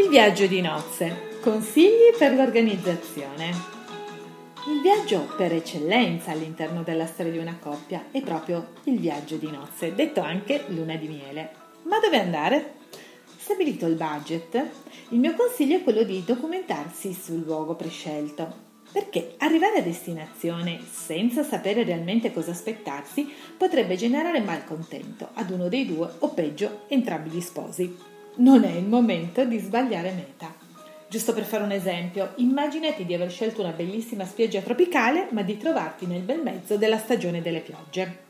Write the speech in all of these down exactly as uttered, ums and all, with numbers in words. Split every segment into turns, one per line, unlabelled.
viaggio di nozze. Consigli per l'organizzazione. Il viaggio per eccellenza all'interno della storia di una coppia è proprio il viaggio di nozze, detto anche luna di miele. Ma dove andare? Stabilito il budget, il mio consiglio è quello di documentarsi sul luogo prescelto, perché arrivare a destinazione senza sapere realmente cosa aspettarsi potrebbe generare malcontento ad uno dei due o peggio entrambi gli sposi. Non è il momento di sbagliare meta. Giusto per fare un esempio, immaginati di aver scelto una bellissima spiaggia tropicale ma di trovarti nel bel mezzo della stagione delle piogge.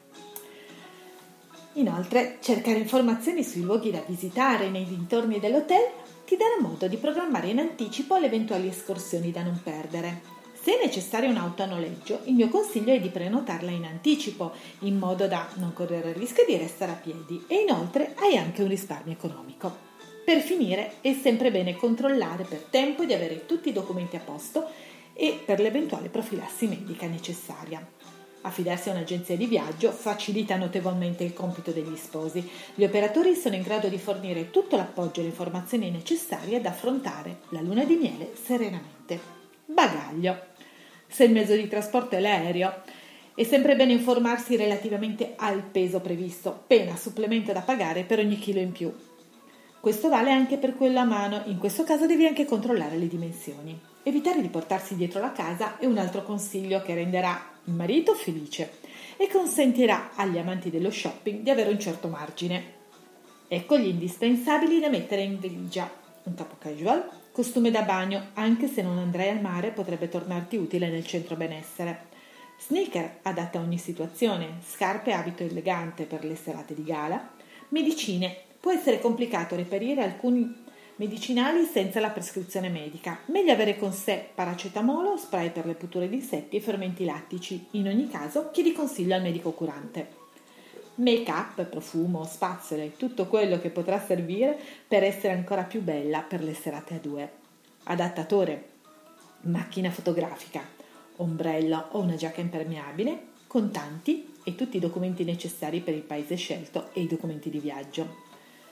Inoltre, cercare informazioni sui luoghi da visitare nei dintorni dell'hotel ti darà modo di programmare in anticipo le eventuali escursioni da non perdere. Se è necessaria un'auto a noleggio, il mio consiglio è di prenotarla in anticipo, in modo da non correre il rischio di restare a piedi e inoltre hai anche un risparmio economico. Per finire, è sempre bene controllare per tempo di avere tutti i documenti a posto e per l'eventuale profilassi medica necessaria. Affidarsi a un'agenzia di viaggio facilita notevolmente il compito degli sposi. Gli operatori sono in grado di fornire tutto l'appoggio e le informazioni necessarie ad affrontare la luna di miele serenamente. Bagaglio. Se il mezzo di trasporto è l'aereo, è sempre bene informarsi relativamente al peso previsto, pena supplemento da pagare per ogni chilo in più. Questo vale anche per quello a mano, in questo caso devi anche controllare le dimensioni. Evitare di portarsi dietro la casa è un altro consiglio che renderà il marito felice e consentirà agli amanti dello shopping di avere un certo margine. Ecco gli indispensabili da mettere in valigia: un capo casual, costume da bagno, anche se non andrai al mare potrebbe tornarti utile nel centro benessere, sneaker adatte a ogni situazione, scarpe e abito elegante per le serate di gala, medicine. Può essere complicato reperire alcuni medicinali senza la prescrizione medica. Meglio avere con sé paracetamolo, spray per le putture di insetti e fermenti lattici. In ogni caso, chiedi consiglio al medico curante. Make-up, profumo, spazzole, tutto quello che potrà servire per essere ancora più bella per le serate a due. Adattatore, macchina fotografica, ombrello o una giacca impermeabile, contanti e tutti i documenti necessari per il paese scelto e i documenti di viaggio.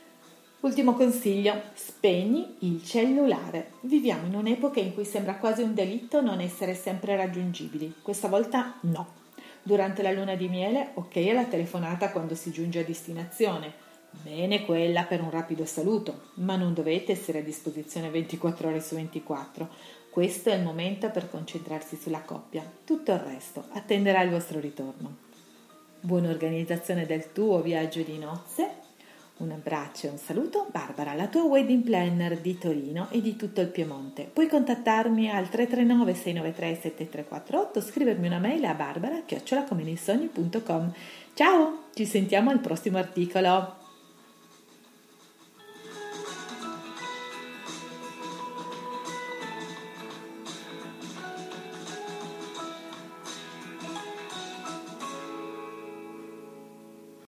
Ultimo consiglio: spegni il cellulare. Viviamo in un'epoca in cui sembra quasi un delitto non essere sempre raggiungibili. Questa volta no. Durante la luna di miele, ok la telefonata quando si giunge a destinazione, bene quella per un rapido saluto, ma non dovete essere a disposizione ventiquattro ore su ventiquattro. Questo è il momento per concentrarsi sulla coppia. Tutto il resto attenderà il vostro ritorno. Buona organizzazione del tuo viaggio di nozze. Un abbraccio e un saluto, Barbara, la tua wedding planner di Torino e di tutto il Piemonte. Puoi contattarmi al tre tre nove sei nove tre sette tre quattro otto, scrivermi una mail a barbara chiocciola come nei sogni punto com. Ciao, ci sentiamo al prossimo articolo.